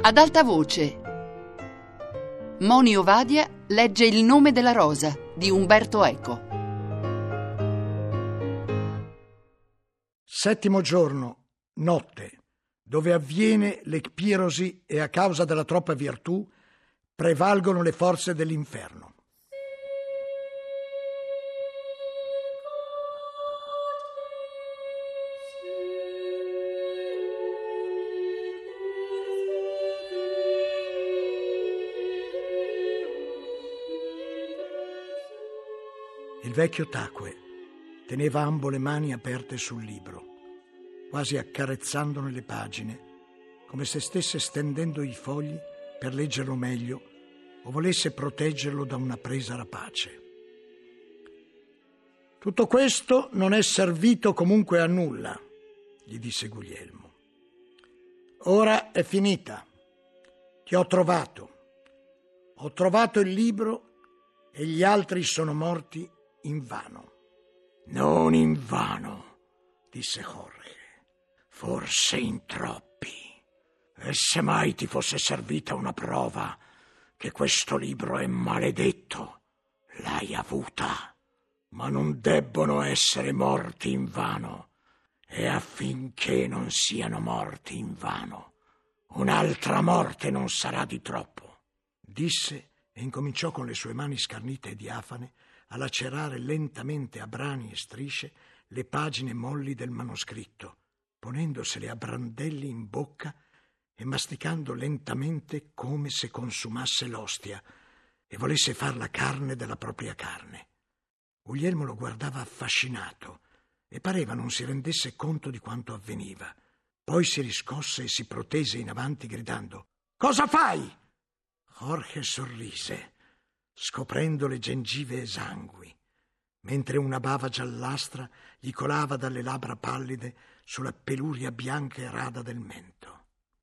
Ad alta voce, Moni Ovadia legge Il nome della rosa di Umberto Eco. 7° giorno, notte, dove avviene l'ecpirosi e a causa della troppa virtù prevalgono le forze dell'inferno. Il vecchio tacque, teneva ambo le mani aperte sul libro, quasi accarezzandone le pagine, come se stesse stendendo i fogli per leggerlo meglio o volesse proteggerlo da una presa rapace. Tutto questo non è servito comunque a nulla, gli disse Guglielmo. Ora è finita. Ti ho trovato. Ho trovato il libro e gli altri sono morti invano. Non invano, disse Jorge, forse in troppi. E se mai ti fosse servita una prova che questo libro è maledetto, l'hai avuta. Ma non debbono essere morti invano, e affinché non siano morti invano, un'altra morte non sarà di troppo, disse e incominciò con le sue mani scarnite e diafane a lacerare lentamente a brani e strisce le pagine molli del manoscritto, ponendosele a brandelli in bocca e masticando lentamente come se consumasse l'ostia e volesse far la carne della propria carne. Guglielmo lo guardava affascinato e pareva non si rendesse conto di quanto avveniva. Poi si riscosse e si protese in avanti gridando: «Cosa fai?» Jorge sorrise, scoprendo le gengive esangui, mentre una bava giallastra gli colava dalle labbra pallide sulla peluria bianca e rada del mento.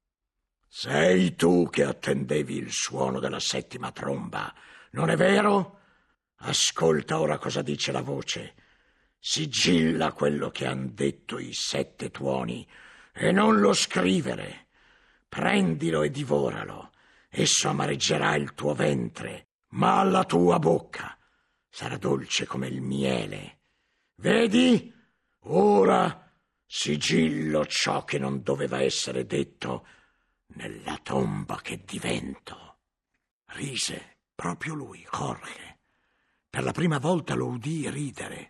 «Sei tu che attendevi il suono della 7ª tromba, non è vero? Ascolta ora cosa dice la voce. Sigilla quello che han detto i 7 tuoni e non lo scrivere. Prendilo e divoralo. Esso amareggerà il tuo ventre, ma la tua bocca sarà dolce come il miele. Vedi? Ora sigillo ciò che non doveva essere detto nella tomba che divento». Rise proprio lui, Jorge. Per la prima volta lo udì ridere.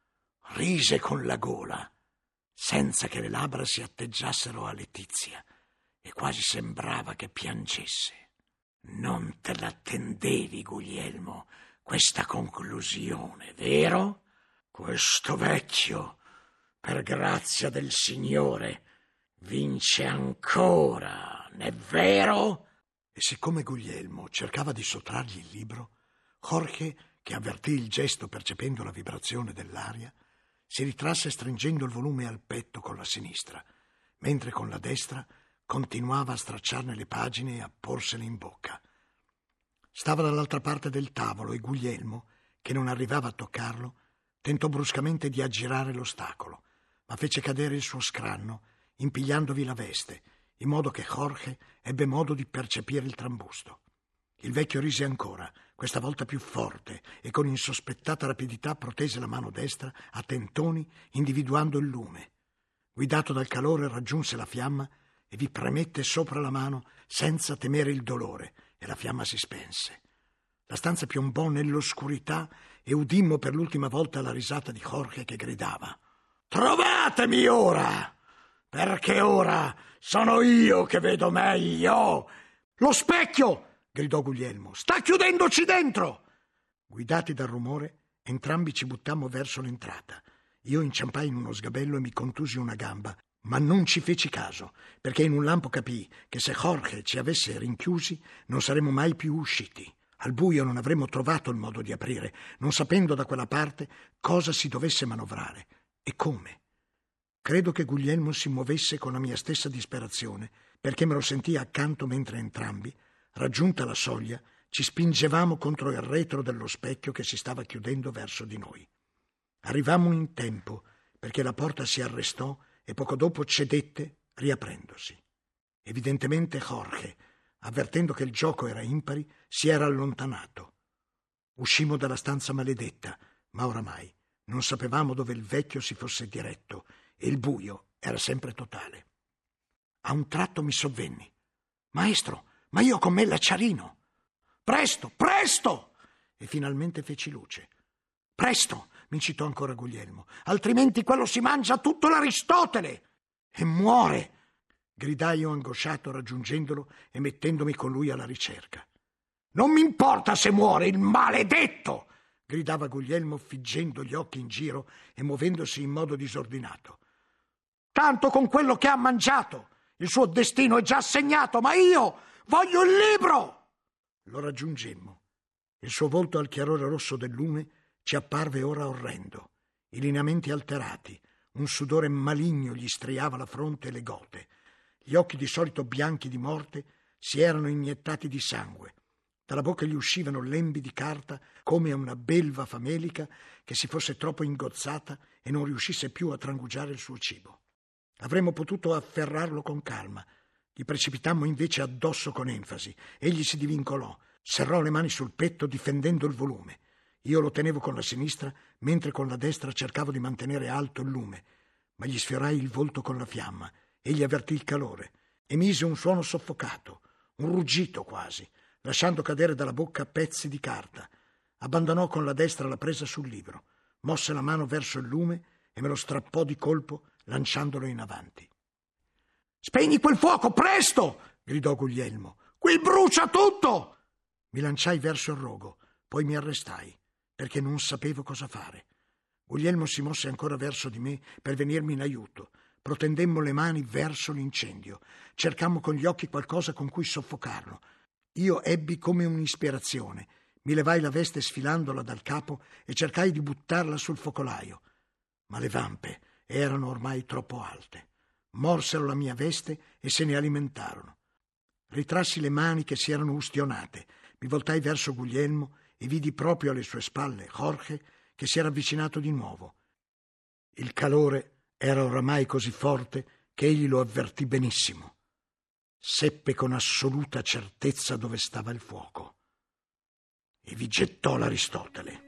Rise con la gola, senza che le labbra si atteggiassero a letizia, e quasi sembrava che piangesse. Non te l'attendevi, Guglielmo, questa conclusione, vero? Questo vecchio, per grazia del Signore, vince ancora, n'è vero? E siccome Guglielmo cercava di sottrargli il libro, Jorge, che avvertì il gesto percependo la vibrazione dell'aria, si ritrasse stringendo il volume al petto con la sinistra, mentre con la destra continuava a stracciarne le pagine e a porsele in bocca. Stava dall'altra parte del tavolo e Guglielmo, che non arrivava a toccarlo, tentò bruscamente di aggirare l'ostacolo, ma fece cadere il suo scranno, impigliandovi la veste, in modo che Jorge ebbe modo di percepire il trambusto. Il vecchio rise ancora, questa volta più forte, e con insospettata rapidità protese la mano destra a tentoni, individuando il lume. Guidato dal calore raggiunse la fiamma e vi premette sopra la mano senza temere il dolore, e la fiamma si spense. La stanza piombò nell'oscurità e udimmo per l'ultima volta la risata di Jorge che gridava: «Trovatemi ora, perché ora sono io che vedo meglio!» «Lo specchio!» gridò Guglielmo. «Sta chiudendoci dentro!» Guidati dal rumore, entrambi ci buttammo verso l'entrata. Io inciampai in uno sgabello e mi contusi una gamba, ma non ci feci caso, perché in un lampo capii che se Jorge ci avesse rinchiusi non saremmo mai più usciti. Al buio non avremmo trovato il modo di aprire, non sapendo da quella parte cosa si dovesse manovrare e come. Credo che Guglielmo si muovesse con la mia stessa disperazione, perché me lo sentii accanto mentre entrambi, raggiunta la soglia, ci spingevamo contro il retro dello specchio che si stava chiudendo verso di noi. Arrivammo in tempo, perché la porta si arrestò e poco dopo cedette, riaprendosi. Evidentemente Jorge, Avvertendo che il gioco era impari, si era allontanato. Uscimmo dalla stanza maledetta, ma oramai non sapevamo dove il vecchio si fosse diretto e il buio era sempre totale. A un tratto mi sovvenni. «Maestro, ma io ho con me l'acciarino!» «Presto, presto!» E finalmente feci luce. «Presto!» mi incitò ancora Guglielmo, «altrimenti quello si mangia tutto l'Aristotele e muore!» Gridai io angosciato raggiungendolo e mettendomi con lui alla ricerca. «Non mi importa se muore, il maledetto!» gridava Guglielmo figgendo gli occhi in giro e muovendosi in modo disordinato. «Tanto con quello che ha mangiato! Il suo destino è già segnato, ma io voglio il libro!» Lo raggiungemmo. Il suo volto al chiarore rosso del lume ci apparve ora orrendo. I lineamenti alterati, un sudore maligno gli striava la fronte e le gote. Gli occhi di solito bianchi di morte si erano iniettati di sangue. Dalla bocca gli uscivano lembi di carta come a una belva famelica che si fosse troppo ingozzata e non riuscisse più a trangugiare il suo cibo. Avremmo potuto afferrarlo con calma. Gli precipitammo invece addosso con enfasi. Egli si divincolò, serrò le mani sul petto difendendo il volume. Io lo tenevo con la sinistra, mentre con la destra cercavo di mantenere alto il lume, ma gli sfiorai il volto con la fiamma. Egli avvertì il calore, emise un suono soffocato, un ruggito quasi, lasciando cadere dalla bocca pezzi di carta. Abbandonò con la destra la presa sul libro, mosse la mano verso il lume e me lo strappò di colpo, lanciandolo in avanti. «Spegni quel fuoco, presto!» gridò Guglielmo. «Qui brucia tutto!» Mi lanciai verso il rogo, poi mi arrestai, perché non sapevo cosa fare. Guglielmo si mosse ancora verso di me per venirmi in aiuto. Protendemmo le mani verso l'incendio. Cercammo con gli occhi qualcosa con cui soffocarlo. Io ebbi come un'ispirazione. Mi levai la veste sfilandola dal capo e cercai di buttarla sul focolaio. Ma le vampe erano ormai troppo alte. Morsero la mia veste e se ne alimentarono. Ritrassi le mani che si erano ustionate. Mi voltai verso Guglielmo e vidi proprio alle sue spalle Jorge che si era avvicinato di nuovo. Il calore era oramai così forte che egli lo avvertì benissimo. Seppe con assoluta certezza dove stava il fuoco e vi gettò l'Aristotele.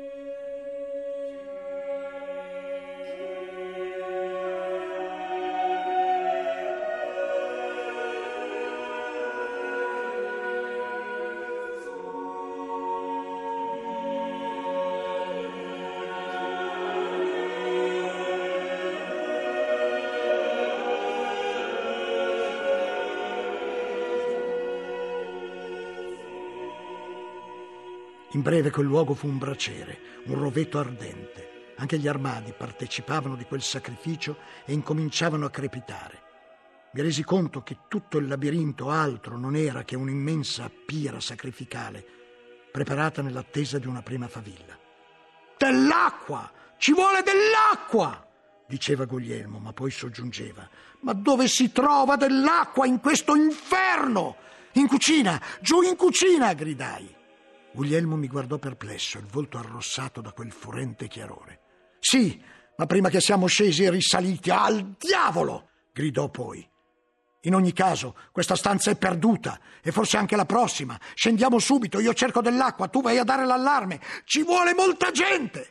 In breve quel luogo fu un braciere, un roveto ardente. Anche gli armadi partecipavano di quel sacrificio e incominciavano a crepitare. Mi resi conto che tutto il labirinto altro non era che un'immensa pira sacrificale, preparata nell'attesa di una prima favilla. «Dell'acqua! Ci vuole dell'acqua!» diceva Guglielmo, ma poi soggiungeva. «Ma dove si trova dell'acqua in questo inferno?» «In cucina! Giù in cucina!» gridai. Guglielmo mi guardò perplesso, il volto arrossato da quel furente chiarore. «Sì, ma prima che siamo scesi e risaliti, al diavolo!» gridò poi. «In ogni caso, questa stanza è perduta, e forse anche la prossima. Scendiamo subito, io cerco dell'acqua, tu vai a dare l'allarme. Ci vuole molta gente!»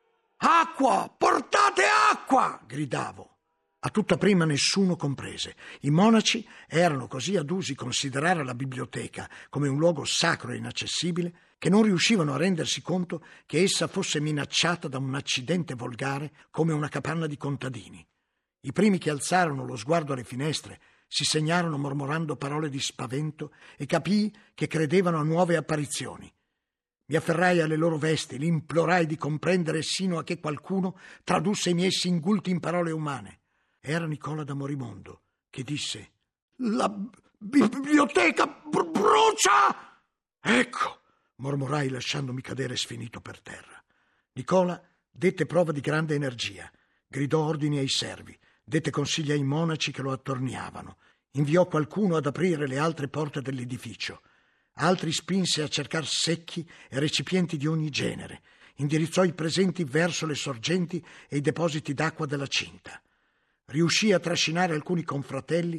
«Acqua! Portate acqua!» gridavo. A tutta prima nessuno comprese. I monaci erano così adusi considerare la biblioteca come un luogo sacro e inaccessibile che non riuscivano a rendersi conto che essa fosse minacciata da un accidente volgare come una capanna di contadini. I primi che alzarono lo sguardo alle finestre si segnarono mormorando parole di spavento e capii che credevano a nuove apparizioni. Mi afferrai alle loro vesti, li implorai di comprendere sino a che qualcuno tradusse i miei singulti in parole umane. Era Nicola da Morimondo, che disse: «La biblioteca brucia!» «Ecco!» mormorai lasciandomi cadere sfinito per terra. Nicola dette prova di grande energia, gridò ordini ai servi, dette consigli ai monaci che lo attorniavano, inviò qualcuno ad aprire le altre porte dell'edificio. Altri spinse a cercar secchi e recipienti di ogni genere, indirizzò i presenti verso le sorgenti e i depositi d'acqua della cinta. Riuscì a trascinare alcuni confratelli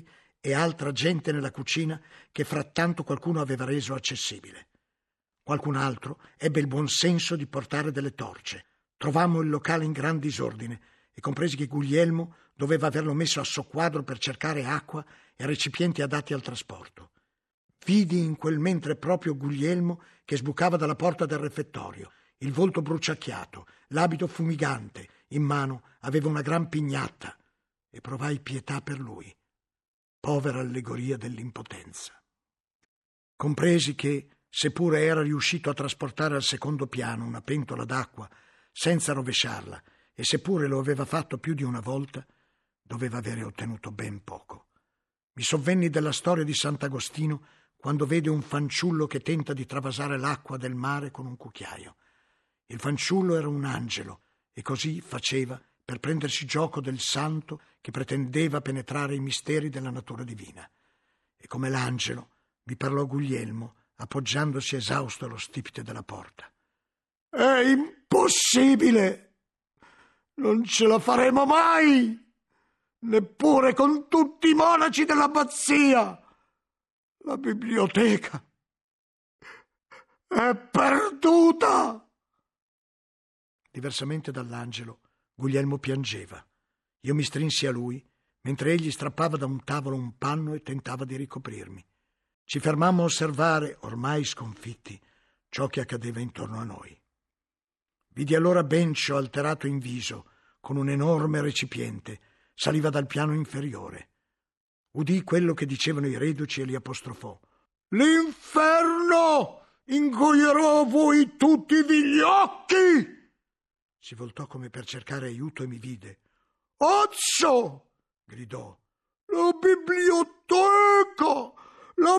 e altra gente nella cucina che frattanto qualcuno aveva reso accessibile. Qualcun altro ebbe il buon senso di portare delle torce. Trovammo il locale in gran disordine e compresi che Guglielmo doveva averlo messo a soqquadro per cercare acqua e recipienti adatti al trasporto. Vidi in quel mentre proprio Guglielmo che sbucava dalla porta del refettorio, il volto bruciacchiato, l'abito fumigante, in mano aveva una gran pignatta e provai pietà per lui. Povera allegoria dell'impotenza. Compresi che, seppure era riuscito a trasportare al secondo piano una pentola d'acqua senza rovesciarla, e seppure lo aveva fatto più di una volta, doveva avere ottenuto ben poco. Mi sovvenni della storia di Sant'Agostino quando vede un fanciullo che tenta di travasare l'acqua del mare con un cucchiaio. Il fanciullo era un angelo e così faceva per prendersi gioco del santo che pretendeva penetrare i misteri della natura divina. E come l'angelo vi parlò Guglielmo, appoggiandosi esausto allo stipite della porta. «È impossibile! Non ce la faremo mai! Neppure con tutti i monaci dell'abbazia! La biblioteca è perduta!» Diversamente dall'angelo, Guglielmo piangeva. Io mi strinsi a lui, mentre egli strappava da un tavolo un panno e tentava di ricoprirmi. Ci fermammo a osservare, ormai sconfitti, ciò che accadeva intorno a noi. Vidi allora Bencio alterato in viso, con un enorme recipiente, saliva dal piano inferiore. Udì quello che dicevano i reduci e li apostrofò. «L'inferno ingoierò voi tutti i vigliocchi!» Si voltò come per cercare aiuto e mi vide. «Ozzo!» gridò. «La biblioteca! La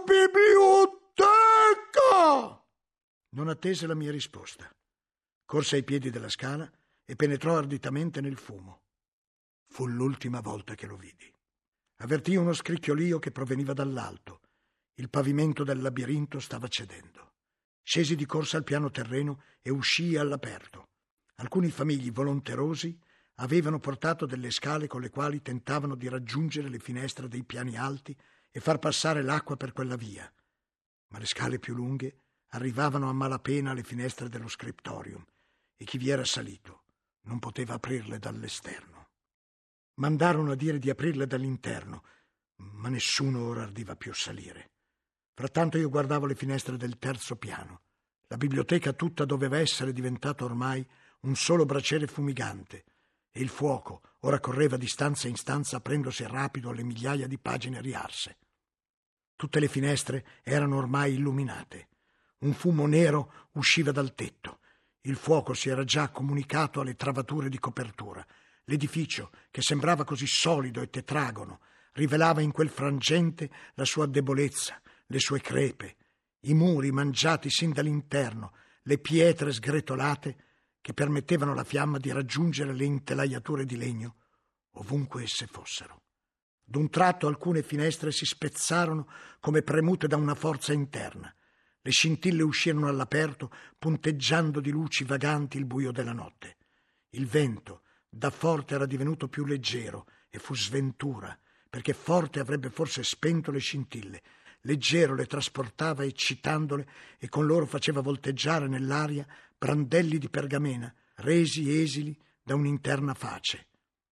biblioteca!» Non attese la mia risposta. Corse ai piedi della scala e penetrò arditamente nel fumo. Fu l'ultima volta che lo vidi. Avvertì uno scricchiolio che proveniva dall'alto. Il pavimento del labirinto stava cedendo. Scesi di corsa al piano terreno e uscii all'aperto. Alcuni famigli volonterosi avevano portato delle scale con le quali tentavano di raggiungere le finestre dei piani alti e far passare l'acqua per quella via. Ma le scale più lunghe arrivavano a malapena alle finestre dello scriptorium e chi vi era salito non poteva aprirle dall'esterno. Mandarono a dire di aprirle dall'interno, ma nessuno ora ardiva più salire. Frattanto io guardavo le finestre del terzo piano. La biblioteca tutta doveva essere diventata ormai un solo braciere fumigante e il fuoco ora correva di stanza in stanza aprendosi rapido alle migliaia di pagine riarse. Tutte le finestre erano ormai illuminate. Un fumo nero usciva dal tetto. Il fuoco si era già comunicato alle travature di copertura. L'edificio, che sembrava così solido e tetragono, rivelava in quel frangente la sua debolezza, le sue crepe, i muri mangiati sin dall'interno, le pietre sgretolate che permettevano alla fiamma di raggiungere le intelaiature di legno ovunque esse fossero. D'un tratto alcune finestre si spezzarono come premute da una forza interna. Le scintille uscirono all'aperto, punteggiando di luci vaganti il buio della notte. Il vento, da forte, era divenuto più leggero e fu sventura, perché forte avrebbe forse spento le scintille. Leggero le trasportava eccitandole e con loro faceva volteggiare nell'aria brandelli di pergamena, resi esili da un'interna face.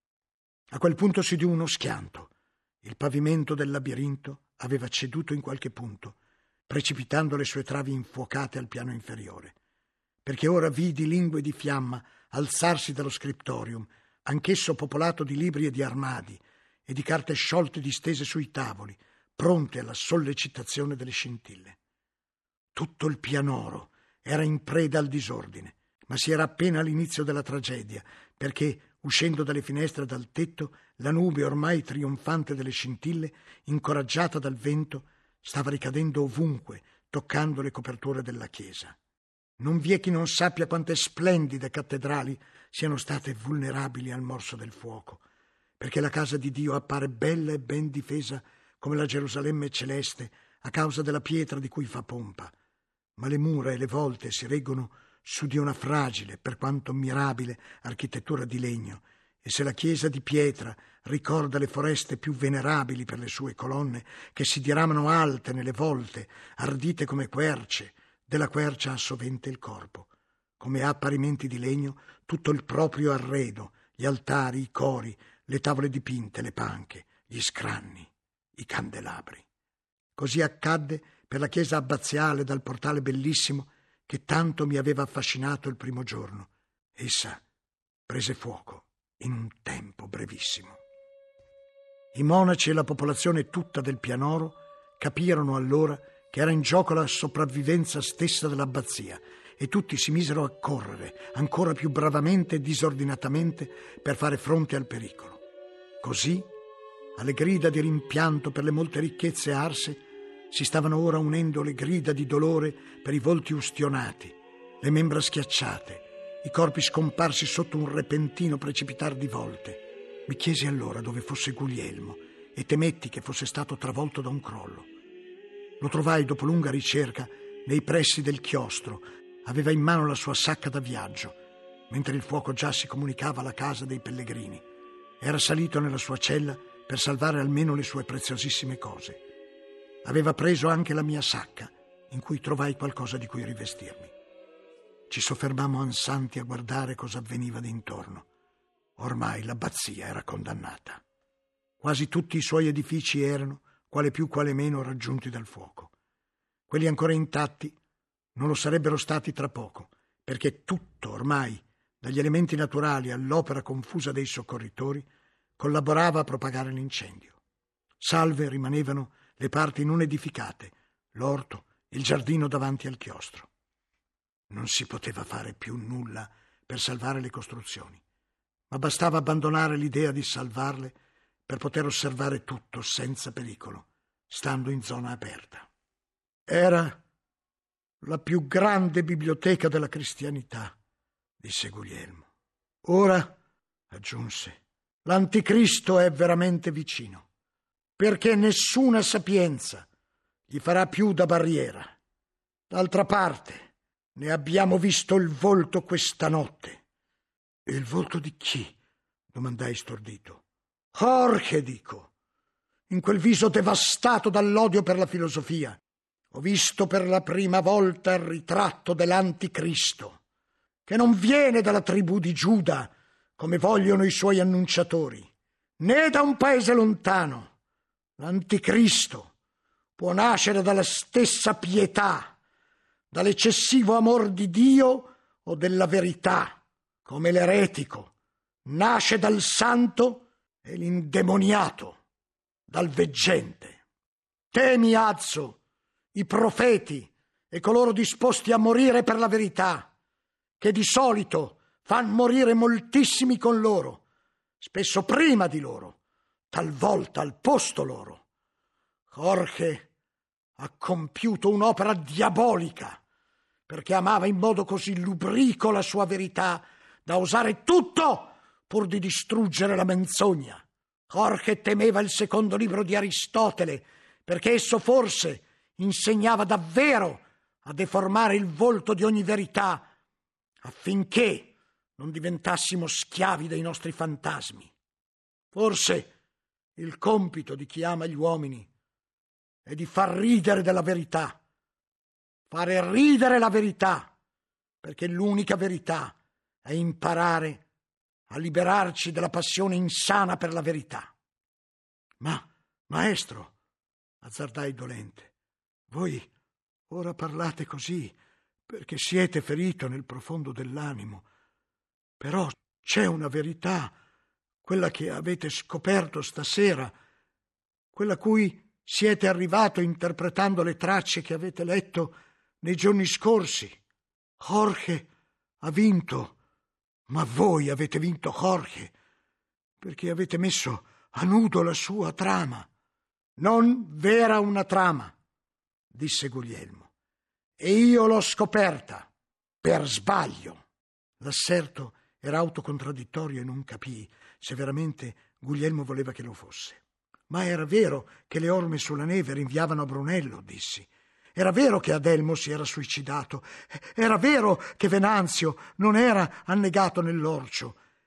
A quel punto si udì uno schianto. Il pavimento del labirinto aveva ceduto in qualche punto, precipitando le sue travi infuocate al piano inferiore. Perché ora vidi lingue di fiamma alzarsi dallo scriptorium, anch'esso popolato di libri e di armadi, e di carte sciolte distese sui tavoli, pronte alla sollecitazione delle scintille. Tutto il pianoro era in preda al disordine, ma si era appena all'inizio della tragedia, perché, uscendo dalle finestre e dal tetto, la nube ormai trionfante delle scintille, incoraggiata dal vento, stava ricadendo ovunque, toccando le coperture della chiesa. Non vi è chi non sappia quante splendide cattedrali siano state vulnerabili al morso del fuoco, perché la casa di Dio appare bella e ben difesa come la Gerusalemme celeste a causa della pietra di cui fa pompa, ma le mura e le volte si reggono su di una fragile, per quanto mirabile, architettura di legno, E se la chiesa di pietra ricorda le foreste più venerabili per le sue colonne, che si diramano alte nelle volte, ardite come querce, della quercia ha sovente il corpo, come ha parimenti di legno tutto il proprio arredo, gli altari, i cori, le tavole dipinte, le panche, gli scranni, i candelabri. Così accadde per la chiesa abbaziale dal portale bellissimo che tanto mi aveva affascinato il primo giorno. Essa prese fuoco in un tempo brevissimo. I monaci e la popolazione tutta del Pianoro capirono allora che era in gioco la sopravvivenza stessa dell'abbazia e tutti si misero a correre ancora più bravamente e disordinatamente per fare fronte al pericolo. Così, alle grida di rimpianto per le molte ricchezze arse, si stavano ora unendo le grida di dolore per i volti ustionati, le membra schiacciate, i corpi scomparsi sotto un repentino precipitar di volte. Mi chiesi allora dove fosse Guglielmo e temetti che fosse stato travolto da un crollo. Lo trovai dopo lunga ricerca nei pressi del chiostro. Aveva in mano la sua sacca da viaggio, mentre il fuoco già si comunicava alla casa dei pellegrini. Era salito nella sua cella per salvare almeno le sue preziosissime cose. Aveva preso anche la mia sacca, in cui trovai qualcosa di cui rivestirmi. Ci soffermammo ansanti a guardare cosa avveniva d'intorno. Ormai l'abbazia era condannata. Quasi tutti i suoi edifici erano, quale più quale meno, raggiunti dal fuoco. Quelli ancora intatti non lo sarebbero stati tra poco, perché tutto ormai, dagli elementi naturali all'opera confusa dei soccorritori, collaborava a propagare l'incendio. Salve rimanevano le parti non edificate, l'orto, il giardino davanti al chiostro. Non si poteva fare più nulla per salvare le costruzioni, ma bastava abbandonare l'idea di salvarle per poter osservare tutto senza pericolo, stando in zona aperta. Era la più grande biblioteca della cristianità, disse Guglielmo. Ora, aggiunse, l'anticristo è veramente vicino, perché nessuna sapienza gli farà più da barriera. D'altra parte, ne abbiamo visto il volto questa notte. Il volto di chi? Domandai stordito. Jorge, dico. In quel viso devastato dall'odio per la filosofia, ho visto per la prima volta il ritratto dell'anticristo, che non viene dalla tribù di Giuda, come vogliono i suoi annunciatori, né da un paese lontano. L'anticristo può nascere dalla stessa pietà, dall'eccessivo amor di Dio o della verità, come l'eretico nasce dal santo e l'indemoniato dal veggente. Temi, Azzo, i profeti e coloro disposti a morire per la verità, che di solito fan morire moltissimi con loro, spesso prima di loro, talvolta al posto loro. Jorge ha compiuto un'opera diabolica, perché amava in modo così lubrico la sua verità da osare tutto pur di distruggere la menzogna. Jorge temeva il secondo libro di Aristotele, perché esso forse insegnava davvero a deformare il volto di ogni verità, affinché non diventassimo schiavi dei nostri fantasmi. Forse il compito di chi ama gli uomini è di far ridere della verità, fare ridere la verità, perché l'unica verità è imparare a liberarci dalla passione insana per la verità. Ma, maestro, azzardai dolente, voi ora parlate così perché siete ferito nel profondo dell'animo, però c'è una verità, quella che avete scoperto stasera, quella a cui siete arrivato interpretando le tracce che avete letto nei giorni scorsi. Jorge ha vinto, ma voi avete vinto Jorge, perché avete messo a nudo la sua trama. Non v'era una trama, disse Guglielmo, e io l'ho scoperta per sbaglio. L'asserto era autocontradittorio e non capii se veramente Guglielmo voleva che lo fosse. Ma era vero che le orme sulla neve rinviavano a Brunello, dissi. Era vero che Adelmo si era suicidato. Era vero che Venanzio non era annegato nell'orcio.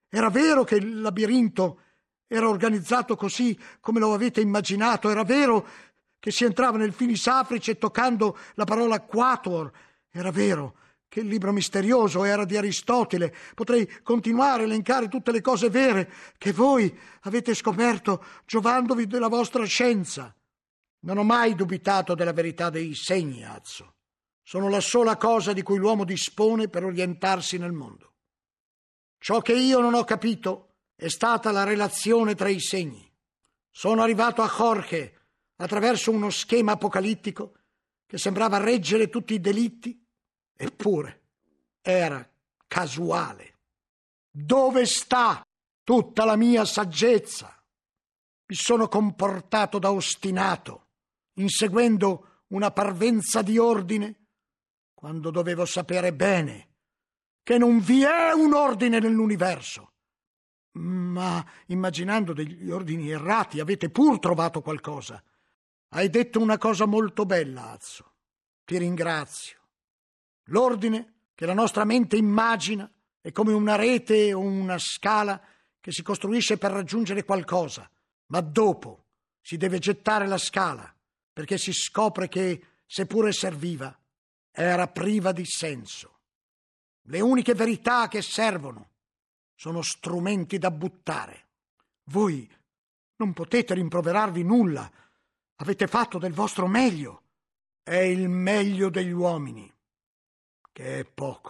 Era vero che il labirinto era organizzato così come lo avete immaginato? Era vero che si entrava nel Finis Africe toccando la parola Quatuor? Era vero che il libro misterioso era di Aristotele? Potrei continuare a elencare tutte le cose vere che voi avete scoperto giovandovi della vostra scienza. Non ho mai dubitato della verità dei segni, Azzo. Sono la sola cosa di cui l'uomo dispone per orientarsi nel mondo. Ciò che io non ho capito è stata la relazione tra i segni. Sono arrivato a Jorge attraverso uno schema apocalittico che sembrava reggere tutti i delitti, eppure era casuale. Dove sta tutta la mia saggezza? Mi sono comportato da ostinato, inseguendo una parvenza di ordine, quando dovevo sapere bene che non vi è un ordine nell'universo. Ma immaginando degli ordini errati avete pur trovato qualcosa. Hai detto una cosa molto bella, Azzo. Ti ringrazio. L'ordine che la nostra mente immagina è come una rete o una scala che si costruisce per raggiungere qualcosa, ma dopo si deve gettare la scala perché si scopre che, seppure serviva, era priva di senso. Le uniche verità che servono sono strumenti da buttare. Voi non potete rimproverarvi nulla. Avete fatto del vostro meglio. È il meglio degli uomini, che è poco.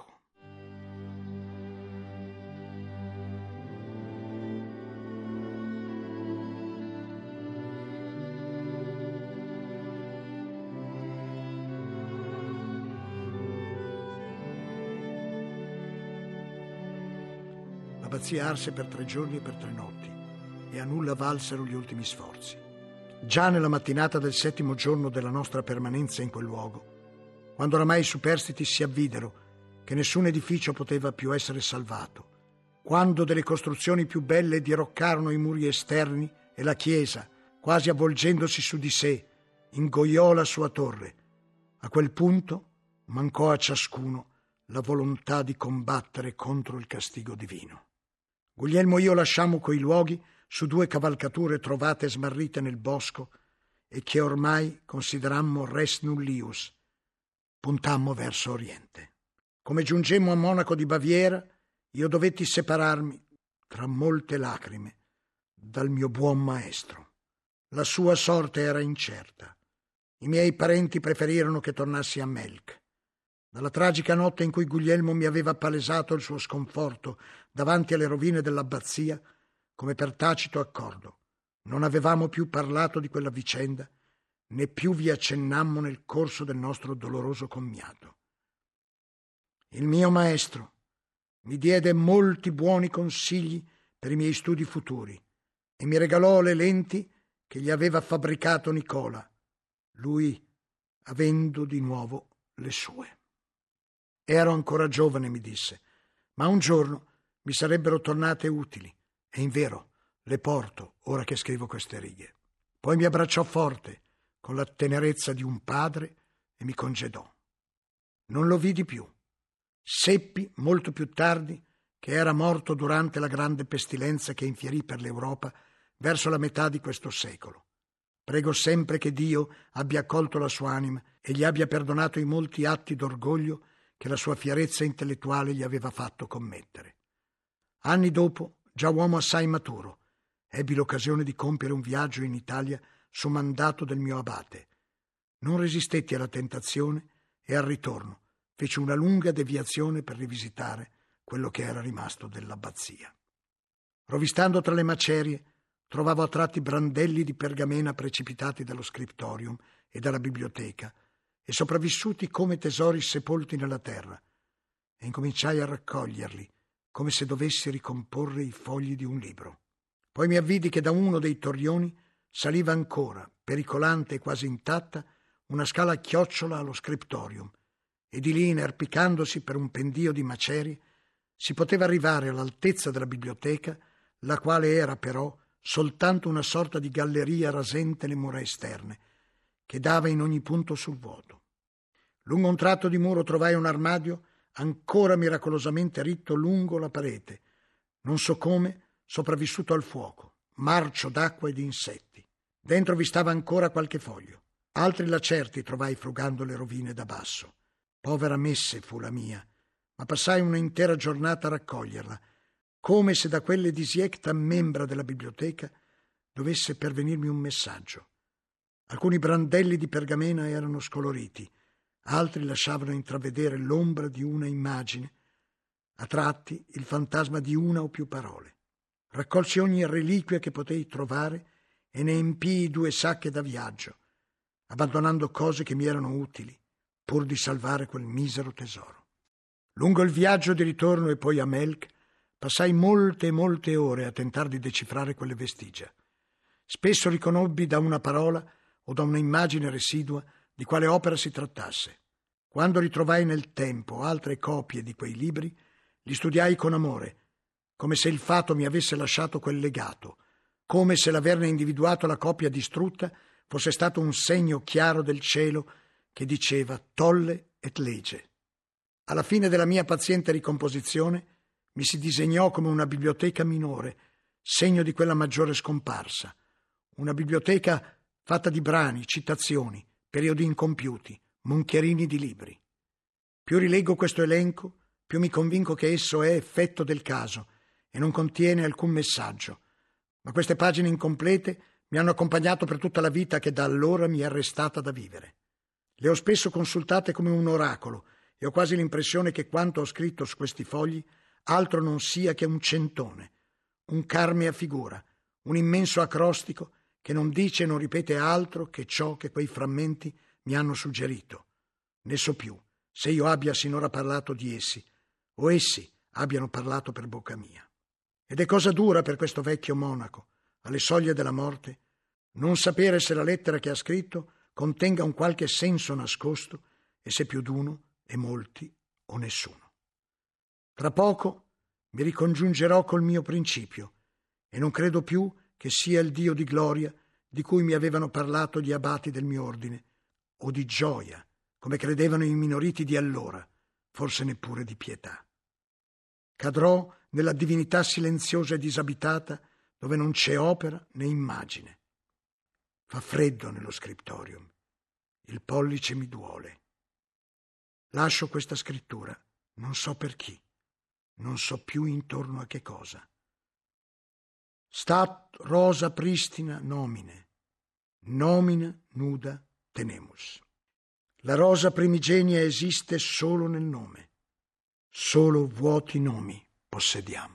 L'abbazia arse per 3 giorni e per 3 notti e a nulla valsero gli ultimi sforzi. Già nella mattinata del 7° giorno della nostra permanenza in quel luogo, quando oramai i superstiti si avvidero che nessun edificio poteva più essere salvato, quando delle costruzioni più belle diroccarono i muri esterni e la chiesa, quasi avvolgendosi su di sé, ingoiò la sua torre, a quel punto mancò a ciascuno la volontà di combattere contro il castigo divino. Guglielmo e io lasciammo quei luoghi su 2 cavalcature trovate smarrite nel bosco e che ormai considerammo res nullius. Puntammo verso oriente. Come giungemmo a Monaco di Baviera, io dovetti separarmi, tra molte lacrime, dal mio buon maestro. La sua sorte era incerta. I miei parenti preferirono che tornassi a Melk. Dalla tragica notte in cui Guglielmo mi aveva palesato il suo sconforto davanti alle rovine dell'abbazia, come per tacito accordo, non avevamo più parlato di quella vicenda, né più vi accennammo nel corso del nostro doloroso commiato. Il mio maestro mi diede molti buoni consigli per i miei studi futuri e mi regalò le lenti che gli aveva fabbricato Nicola, lui avendo di nuovo le sue. Ero ancora giovane, mi disse, ma un giorno mi sarebbero tornate utili, e invero le porto ora che scrivo queste righe. Poi mi abbracciò forte, con la tenerezza di un padre, e mi congedò. Non lo vidi più. Seppi, molto più tardi, che era morto durante la grande pestilenza che infierì per l'Europa verso la metà di questo secolo. Prego sempre che Dio abbia accolto la sua anima e gli abbia perdonato i molti atti d'orgoglio che la sua fierezza intellettuale gli aveva fatto commettere. Anni dopo, già uomo assai maturo, ebbi l'occasione di compiere un viaggio in Italia su mandato del mio abate. Non resistetti alla tentazione e al ritorno feci una lunga deviazione per rivisitare quello che era rimasto dell'abbazia. Rovistando tra le macerie, trovavo a tratti brandelli di pergamena precipitati dallo scriptorium e dalla biblioteca e sopravvissuti come tesori sepolti nella terra, e incominciai a raccoglierli come se dovessi ricomporre i fogli di un libro. Poi mi avvidi che da uno dei torrioni saliva ancora, pericolante e quasi intatta, una scala a chiocciola allo scriptorium, e di lì, inerpicandosi per un pendio di macerie, si poteva arrivare all'altezza della biblioteca, la quale era però soltanto una sorta di galleria rasente le mura esterne, che dava in ogni punto sul vuoto. Lungo un tratto di muro trovai un armadio ancora miracolosamente ritto lungo la parete, Non so come, sopravvissuto al fuoco, marcio d'acqua e di insetti. Dentro vi stava ancora qualche foglio. Altri lacerti trovai frugando le rovine da basso. Povera messe fu la mia, ma passai un'intera giornata a raccoglierla, come se da quelle disiecta membra della biblioteca dovesse pervenirmi un messaggio. Alcuni brandelli di pergamena erano scoloriti, altri lasciavano intravedere l'ombra di una immagine, a tratti il fantasma di una o più parole. Raccolsi ogni reliquia che potei trovare e ne empii 2 sacche da viaggio, abbandonando cose che mi erano utili, pur di salvare quel misero tesoro. Lungo il viaggio di ritorno e poi a Melk, passai molte e molte ore a tentar di decifrare quelle vestigia. Spesso riconobbi da una parola o da una immagine residua di quale opera si trattasse. Quando ritrovai nel tempo altre copie di quei libri, li studiai con amore, come se il fato mi avesse lasciato quel legato, come se l'averne individuato la copia distrutta fosse stato un segno chiaro del cielo che diceva tolle et lege. Alla fine della mia paziente ricomposizione mi si disegnò come una biblioteca minore, segno di quella maggiore scomparsa, una biblioteca fatta di brani, citazioni, periodi incompiuti, moncherini di libri. Più rileggo questo elenco, più mi convinco che esso è effetto del caso e non contiene alcun messaggio, ma queste pagine incomplete mi hanno accompagnato per tutta la vita che da allora mi è restata da vivere. Le ho spesso consultate come un oracolo e ho quasi l'impressione che quanto ho scritto su questi fogli altro non sia che un centone, un carme a figura, un immenso acrostico che non dice e non ripete altro che ciò che quei frammenti mi hanno suggerito. Ne so più, se io abbia sinora parlato di essi, o essi abbiano parlato per bocca mia. Ed è cosa dura per questo vecchio monaco, alle soglie della morte, non sapere se la lettera che ha scritto contenga un qualche senso nascosto e se più d'uno e molti o nessuno. Tra poco mi ricongiungerò col mio principio e non credo più che sia il Dio di gloria di cui mi avevano parlato gli abati del mio ordine, o di gioia, come credevano i minoriti di allora, forse neppure di pietà. Cadrò nella divinità silenziosa e disabitata dove non c'è opera né immagine. Fa freddo nello scriptorium, il pollice mi duole. Lascio questa scrittura, non so per chi, non so più intorno a che cosa. Stat rosa pristina nomine, nomina nuda tenemus. La rosa primigenia esiste solo nel nome, solo vuoti nomi possediamo.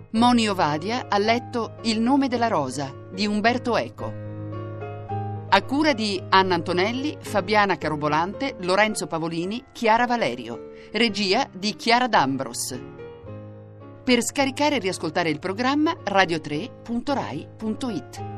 Moni Ovadia ha letto Il nome della rosa di Umberto Eco. A cura di Anna Antonelli, Fabiana Carobolante, Lorenzo Pavolini, Chiara Valerio. Regia di Chiara D'Ambros. Per scaricare e riascoltare il programma radio3.rai.it.